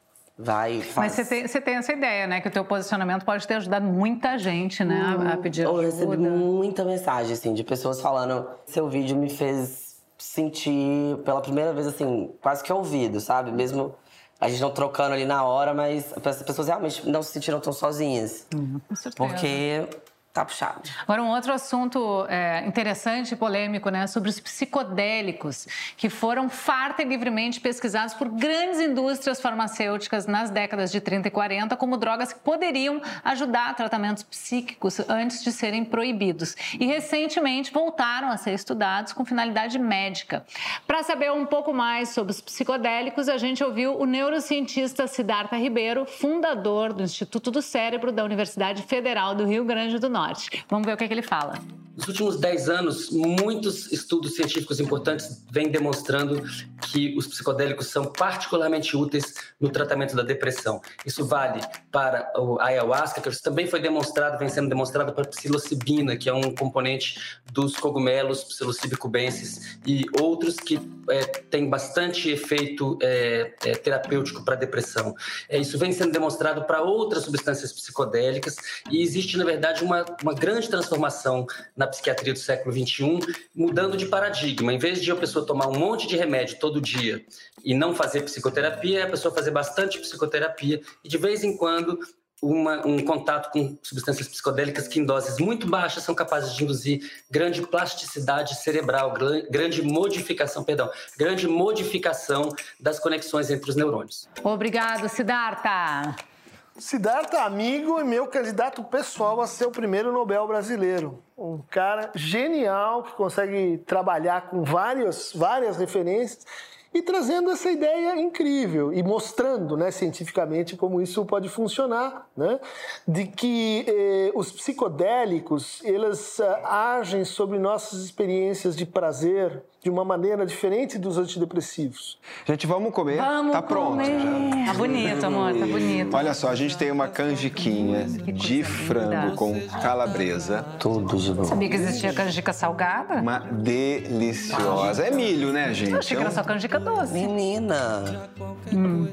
vai, faz. Mas você tem, você tem essa ideia, né? Que o teu posicionamento pode ter ajudado muita gente, né? Hum, a pedir ajuda. Eu recebi muita mensagem, assim, de pessoas falando... Seu vídeo me fez sentir, pela primeira vez, assim, quase que ouvido, sabe? Mesmo... A gente não trocando ali na hora, mas as pessoas realmente não se sentiram tão sozinhas. Hum, com certeza. Porque tá puxado. Agora, um outro assunto é, interessante e polêmico, né? Sobre os psicodélicos, que foram farta e livremente pesquisados por grandes indústrias farmacêuticas nas décadas de trinta e quarenta como drogas que poderiam ajudar tratamentos psíquicos antes de serem proibidos. E, recentemente, voltaram a ser estudados com finalidade médica. Para saber um pouco mais sobre os psicodélicos, a gente ouviu o neurocientista Siddhartha Ribeiro, fundador do Instituto do Cérebro da Universidade Federal do Rio Grande do Norte. Vamos ver o que, é que ele fala. Nos últimos dez anos, muitos estudos científicos importantes vêm demonstrando que os psicodélicos são particularmente úteis no tratamento da depressão. Isso vale para a ayahuasca, que também foi demonstrado, vem sendo demonstrado para a psilocibina, que é um componente dos cogumelos psilocybe cubensis, e outros que é, têm bastante efeito é, é, terapêutico para a depressão. É, isso vem sendo demonstrado para outras substâncias psicodélicas e existe, na verdade, uma, uma grande transformação na psiquiatria do século vinte e um, mudando de paradigma. Em vez de a pessoa tomar um monte de remédio todo dia e não fazer psicoterapia, é a pessoa fazer bastante psicoterapia e, de vez em quando, uma, um contato com substâncias psicodélicas que, em doses muito baixas, são capazes de induzir grande plasticidade cerebral, grande modificação, perdão, grande modificação das conexões entre os neurônios. Obrigado, Siddhartha. Siddhartha, amigo e meu candidato pessoal a ser o primeiro Nobel brasileiro. Um cara genial que consegue trabalhar com várias, várias referências e trazendo essa ideia incrível e mostrando, né, cientificamente como isso pode funcionar, né, de que eh, os psicodélicos, eles uh, agem sobre nossas experiências de prazer de uma maneira diferente dos antidepressivos. Gente, vamos comer? Vamos tá pronto comer. já. Tá bonito, amor, tá bonito. Olha só, a gente tem uma canjiquinha de frango com calabresa. Tudo de bom. Sabia que existia canjica salgada? Uma deliciosa. É milho, né, gente? Eu achei que era só canjica doce. Menina! Hum.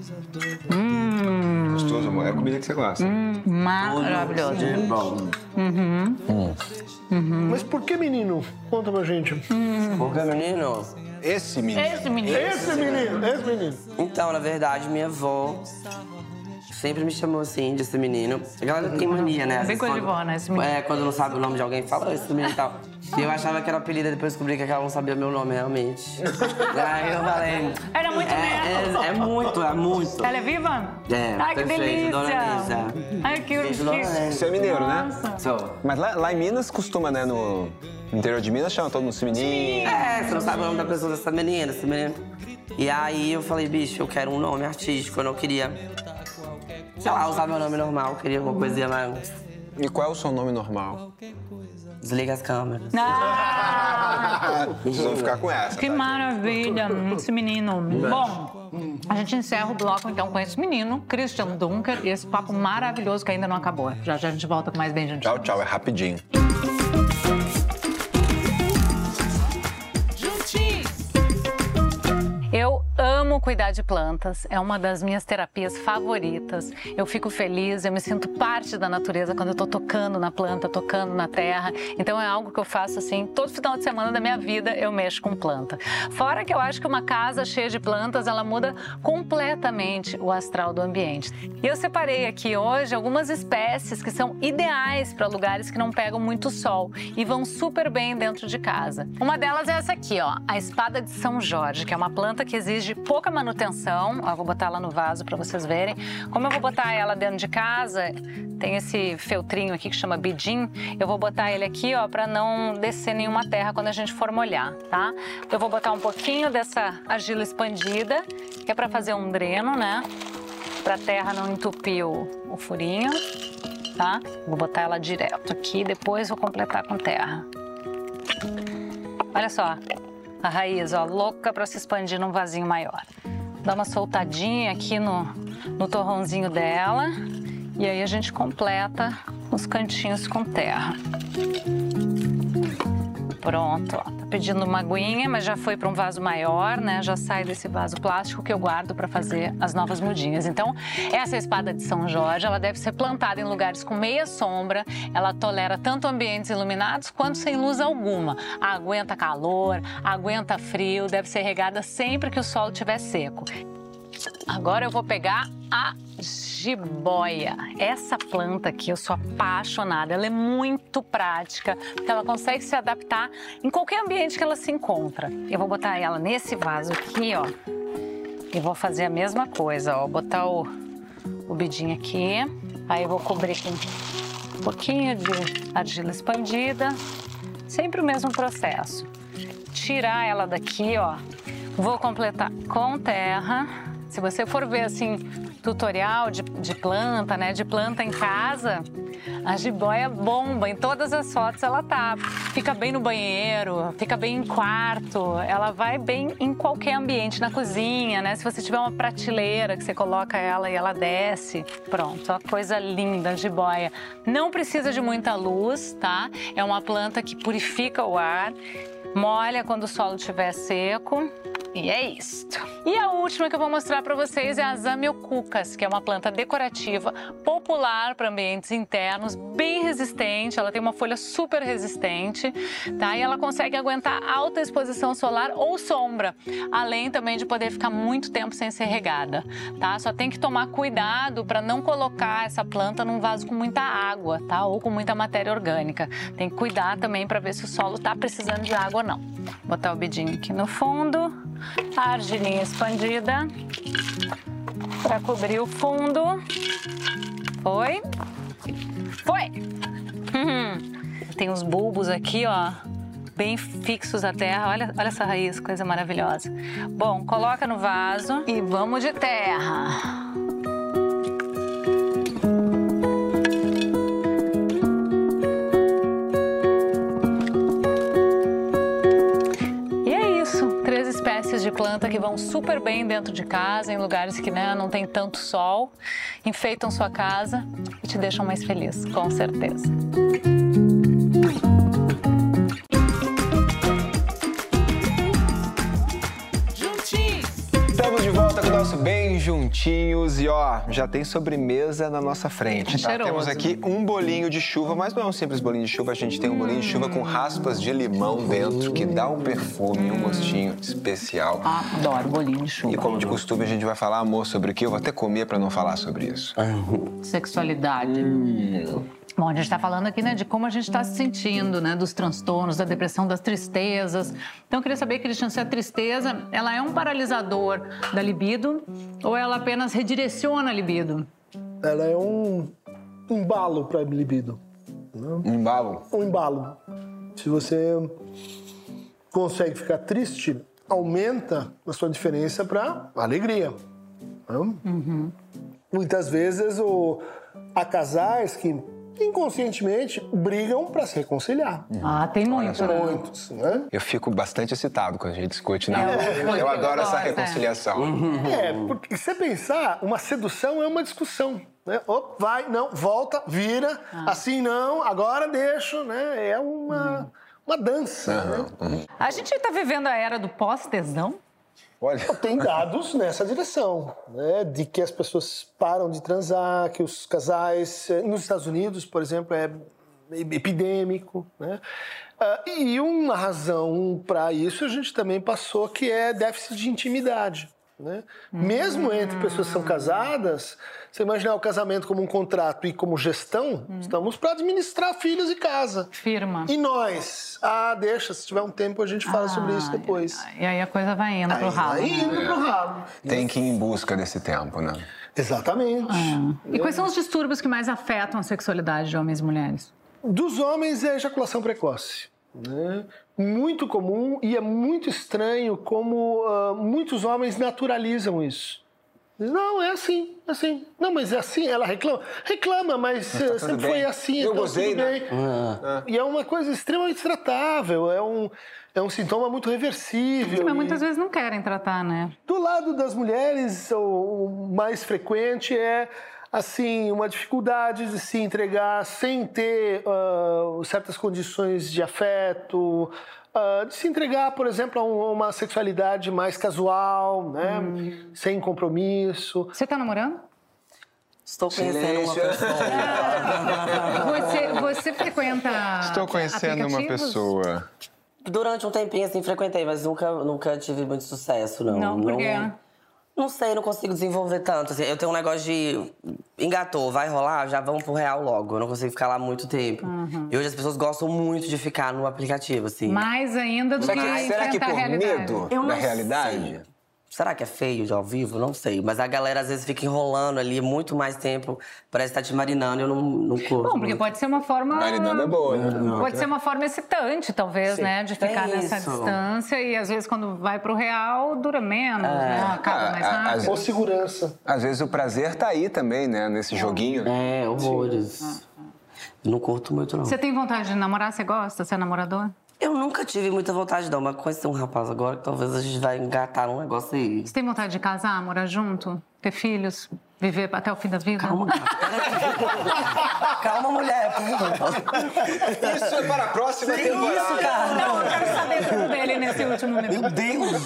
Hum. Gostoso, amor. É a comida que você gosta. Hum. Maravilhoso. De bom. Uhum. Hum. Uhum. Mas por que menino? Conta pra gente. Hum. Por que menino? Esse menino. Esse menino. Esse menino, esse menino. Então, na verdade, minha avó sempre me chamou assim, desse menino. A galera tem mania, né? Bem coisa de vó, né? Esse menino. É, quando não sabe o nome de alguém, fala esse menino e tal. E eu achava que era apelido, depois descobri que ela não sabia meu nome, realmente. Aí eu falei... Era muito é, mesmo. É, é muito, é muito. Ela é viva? É, Ai, que perfeito, delícia. Dona Lisa. Ai, que... Beijo, Dona Lisa. Você é mineiro, Nossa. né? Sou. Mas lá, lá em Minas costuma, né, no interior de Minas, chama todo mundo de menino. É, você não sabe o nome da pessoa dessa menina, esse menino. E aí eu falei, bicho, eu quero um nome artístico, eu não queria, sei lá, usar meu nome normal, eu queria uma coisinha mais... E qual é o seu nome normal? Desliga as câmeras. Ah, Vocês vão ficar com essa. que tá, maravilha, esse menino. Bom, a gente encerra o bloco então com esse menino, Christian Dunker, e esse papo maravilhoso que ainda não acabou. Já já a gente volta com mais Bem Juntinho. Tchau, tchau, é rapidinho. Eu amo cuidar de plantas, é uma das minhas terapias favoritas. Eu fico feliz, eu me sinto parte da natureza quando eu tô tocando na planta, tocando na terra. Então é algo que eu faço assim, todo final de semana da minha vida eu mexo com planta. Fora que eu acho que uma casa cheia de plantas, ela muda completamente o astral do ambiente. E eu separei aqui hoje algumas espécies que são ideais para lugares que não pegam muito sol e vão super bem dentro de casa. Uma delas é essa aqui, ó, a espada de São Jorge, que é uma planta que exige pouca manutenção. Ó, vou botar ela no vaso para vocês verem. Como eu vou botar ela dentro de casa, tem esse feltrinho aqui que chama bidim. Eu vou botar ele aqui, ó, para não descer nenhuma terra quando a gente for molhar, tá? Eu vou botar um pouquinho dessa argila expandida, que é para fazer um dreno, né? Para a terra não entupir o, o furinho, tá? Vou botar ela direto aqui, depois vou completar com terra. Olha só. A raiz, ó, louca para se expandir num vasinho maior. Dá uma soltadinha aqui no, no torrãozinho dela. E aí a gente completa os cantinhos com terra. Pronto, ó. Tá pedindo uma aguinha, mas já foi para um vaso maior, né? Já sai desse vaso plástico que eu guardo para fazer as novas mudinhas. Então, essa espada de São Jorge, ela deve ser plantada em lugares com meia sombra. Ela tolera tanto ambientes iluminados quanto sem luz alguma. Aguenta calor, aguenta frio, deve ser regada sempre que o solo estiver seco. Agora eu vou pegar a jiboia. Essa planta aqui eu sou apaixonada. Ela é muito prática, porque ela consegue se adaptar em qualquer ambiente que ela se encontra. Eu vou botar ela nesse vaso aqui, ó. E vou fazer a mesma coisa, ó. Botar o, o bidinho aqui. Aí eu vou cobrir com um pouquinho de argila expandida. Sempre o mesmo processo. Tirar ela daqui, ó. Vou completar com terra. Se você for ver, assim, tutorial de, de planta, né, de planta em casa, a jiboia bomba, em todas as fotos ela tá. Fica bem no banheiro, fica bem em quarto, ela vai bem em qualquer ambiente, na cozinha, né? Se você tiver uma prateleira que você coloca ela e ela desce, pronto, ó, coisa linda, a jiboia. Não precisa de muita luz, tá? É uma planta que purifica o ar, molha quando o solo estiver seco. E é isto. E a última que eu vou mostrar para vocês é a Zamioculcas, que é uma planta decorativa popular para ambientes internos, bem resistente. Ela tem uma folha super resistente, tá? E ela consegue aguentar alta exposição solar ou sombra, além também de poder ficar muito tempo sem ser regada, tá? Só tem que tomar cuidado para não colocar essa planta num vaso com muita água, tá? Ou com muita matéria orgânica. Tem que cuidar também para ver se o solo tá precisando de água ou não. Vou botar o bidinho aqui no fundo. A argilinha expandida para cobrir o fundo. Foi? Foi! Uhum. Tem uns bulbos aqui, ó, bem fixos à terra. Olha, olha essa raiz, coisa maravilhosa. Bom, coloca no vaso e vamos de terra. De planta que vão super bem dentro de casa, em lugares que, né, não tem tanto sol, enfeitam sua casa e te deixam mais feliz, com certeza. Estamos de volta com o nosso Bem Juntinhos e ó, já tem sobremesa na nossa frente, tá? Cheiroso. Temos aqui um bolinho de chuva, mas não é um simples bolinho de chuva, a gente tem um bolinho de chuva com raspas de limão dentro, que dá um perfume, um gostinho especial. Adoro bolinho de chuva. E como de costume, a gente vai falar, amor, sobre o que? Eu vou até comer pra não falar sobre isso. Sexualidade. Hum. Bom, a gente está falando aqui, né, de como a gente está se sentindo, né, dos transtornos, da depressão, das tristezas. Então, eu queria saber, Christian, se a tristeza, ela é um paralisador da libido ou ela apenas redireciona a libido? Ela é um embalo para a libido. Né? Um embalo? Um embalo. Se você consegue ficar triste, aumenta a sua diferença para alegria. Uhum. Muitas vezes o, há casais que inconscientemente brigam para se reconciliar. Ah, tem muito, né? Muitos, né? Eu fico bastante excitado quando a gente discute, né? É, eu, eu adoro essa gosto, reconciliação. É. é, porque se você pensar, uma sedução é uma discussão. Né? Opa, vai, não, volta, vira, ah. assim não, agora deixo, né? É uma, hum. uma dança. Uhum. Né? A gente está vivendo a era do pós-tesão? Olha. Tem dados nessa direção, né, de que as pessoas param de transar, que os casais, nos Estados Unidos, por exemplo, é epidêmico, né? Uh, e uma razão para isso a gente também passou, que é déficit de intimidade. Né? Hum. Mesmo entre pessoas que são casadas, você imaginar o casamento como um contrato e como gestão, hum. estamos para administrar filhos e casa. Firma. E nós? Ah, deixa, se tiver um tempo a gente fala ah, sobre isso depois. E aí a coisa vai indo aí pro ralo. Vai indo né? pro ralo. Tem que ir em busca desse tempo, né? Exatamente. Ah. E quais são os distúrbios que mais afetam a sexualidade de homens e mulheres? Dos homens é a ejaculação precoce. Né? Muito comum e é muito estranho como uh, muitos homens naturalizam isso. Não, é assim, é assim. Não, mas é assim, ela reclama. Reclama, mas, mas tá sempre foi assim, eu então gostei, tudo né? bem. Ah. E é uma coisa extremamente tratável, é um, é um sintoma muito reversível. Sim, mas e... muitas vezes não querem tratar, né? Do lado das mulheres, o, o mais frequente é... assim, uma dificuldade de se entregar sem ter uh, certas condições de afeto, uh, de se entregar, por exemplo, a um, uma sexualidade mais casual, né? Hum. Sem compromisso. Você tá namorando? Estou conhecendo uma pessoa. você, você frequenta Estou conhecendo uma pessoa. Durante um tempinho, assim, frequentei, mas nunca, nunca tive muito sucesso, não. Não, por quê? Não... Não sei, não consigo desenvolver tanto. Assim, eu tenho um negócio de engatou, vai rolar, já vamos pro real logo. Eu não consigo ficar lá muito tempo. Uhum. E hoje as pessoas gostam muito de ficar no aplicativo, assim. Mais ainda do que Mas será que por medo eu da realidade? Sei. Será que é feio de ao vivo? Não sei. Mas a galera às vezes fica enrolando ali muito mais tempo. Parece estar te marinando e eu não, não curto. Bom, porque pode ser uma forma... Marinando é boa, né? Pode ser uma forma excitante, talvez, Sim. né? De ficar é nessa isso. distância. E às vezes quando vai pro real, dura menos, é. né? Acaba mais rápido. Às, Ou segurança. Às vezes o prazer tá aí também, né? Nesse joguinho. É, horrores. Não curto muito, não. Você tem vontade de namorar? Você gosta? Você é namorador? Eu nunca tive muita vontade, não, mas conhecer um rapaz agora que talvez a gente vai engatar um negócio aí. Você tem vontade de casar, morar junto, ter filhos, viver até o fim da vida? Calma, Calma, mulher. Isso é para a próxima Sim, temporada. Isso, cara. Não, eu quero saber tudo dele nesse último minuto. Meu Deus!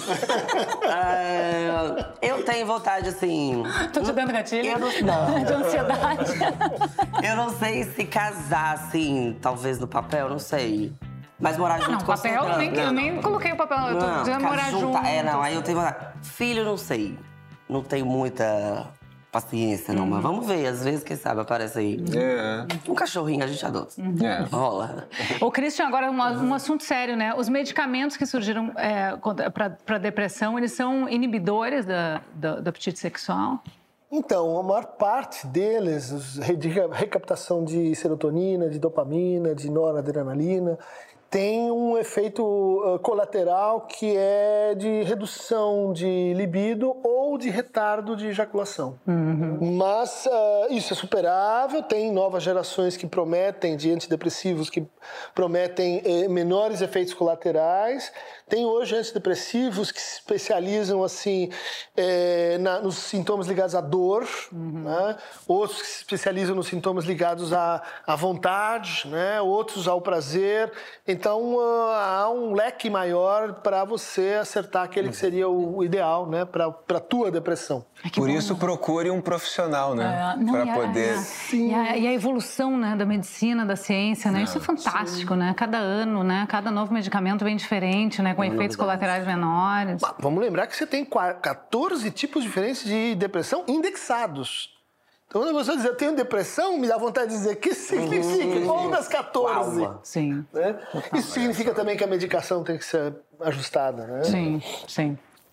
é, eu tenho vontade, assim... Tô te dando gatilho? Eu não, não. De ansiedade. Eu não sei se casar, assim, talvez no papel, não sei. Mas morar junto não, com papel, eu nem, eu nem coloquei o papel, eu tô não, dizendo morar junta, junto. É, não, aí eu tenho vontade. Filho, não sei. Não tenho muita paciência, não, uhum. mas vamos ver. Às vezes, quem sabe, aparece aí. É. Um cachorrinho, a gente adota. Uhum. É. Rola. Ô, Christian, agora um, um assunto sério, né? Os medicamentos que surgiram é, para depressão, eles são inibidores da, da, do apetite sexual? Então, a maior parte deles, recaptação de serotonina, de dopamina, de noradrenalina, tem um efeito uh, colateral que é de redução de libido ou de retardo de ejaculação. Uhum. Mas uh, isso é superável, tem novas gerações que prometem, de antidepressivos, que prometem eh, menores efeitos colaterais. Tem hoje antidepressivos que se especializam assim, eh, na, nos sintomas ligados à dor, uhum. né? Outros que se especializam nos sintomas ligados à, à vontade, né? Outros ao prazer. Então, uh, há um leque maior para você acertar aquele que seria o ideal, né, para a tua depressão. Ai, Por bom, isso, né? procure um profissional, né, é, para poder... E a, e a evolução, né, da medicina, da ciência, né, isso é fantástico, sim. né? Cada ano, né, cada novo medicamento vem diferente, né, com é efeitos colaterais menores. Bah, vamos lembrar que você tem quatorze tipos diferentes de depressão indexados. Então, quando você diz, eu tenho depressão, me dá vontade de dizer que significa qual das quatorze. Uau. Sim. Né? Isso significa também que a medicação tem que ser ajustada, né? Sim, sim.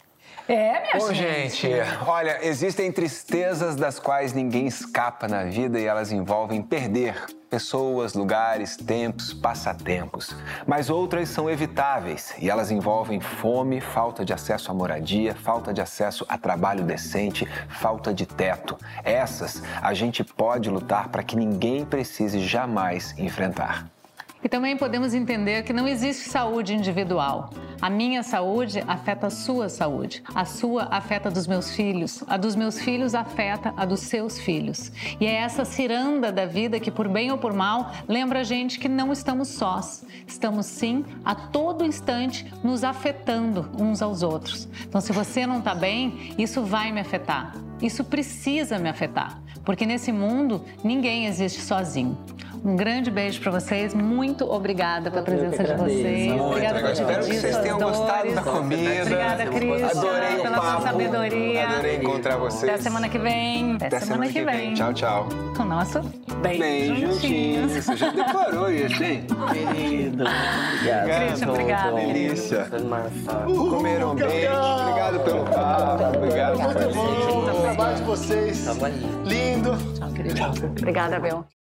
É, minha Bom, gente. gente, olha, existem tristezas das quais ninguém escapa na vida e elas envolvem perder pessoas, lugares, tempos, passatempos. Mas outras são evitáveis e elas envolvem fome, falta de acesso à moradia, falta de acesso a trabalho decente, falta de teto. Essas a gente pode lutar para que ninguém precise jamais enfrentar. E também podemos entender que não existe saúde individual. A minha saúde afeta a sua saúde. A sua afeta a dos meus filhos. A dos meus filhos afeta a dos seus filhos. E é essa ciranda da vida que, por bem ou por mal, lembra a gente que não estamos sós. Estamos, sim, a todo instante nos afetando uns aos outros. Então, se você não está bem, isso vai me afetar. Isso precisa me afetar. Porque nesse mundo, ninguém existe sozinho. Um grande beijo para vocês. Muito obrigada pela presença de vocês. Muito, obrigada por espero que dividir vocês suas tenham dores. gostado da comida. Obrigada, Cris. Adorei o pela papo. sua sabedoria. Adorei encontrar vocês. Até semana que vem. Até, Até semana que vem. Tchau, tchau. Com o nosso Bem, Bem juntinhos. Você já decorou isso, hein? Querido. Christian, obrigada. Delícia. Uh, Comeram bem. campeão. Obrigado pelo papo. Obrigado. Muito bom o trabalho de vocês. Tamo aí. Lindo. Tchau, querido. Obrigada, Bel.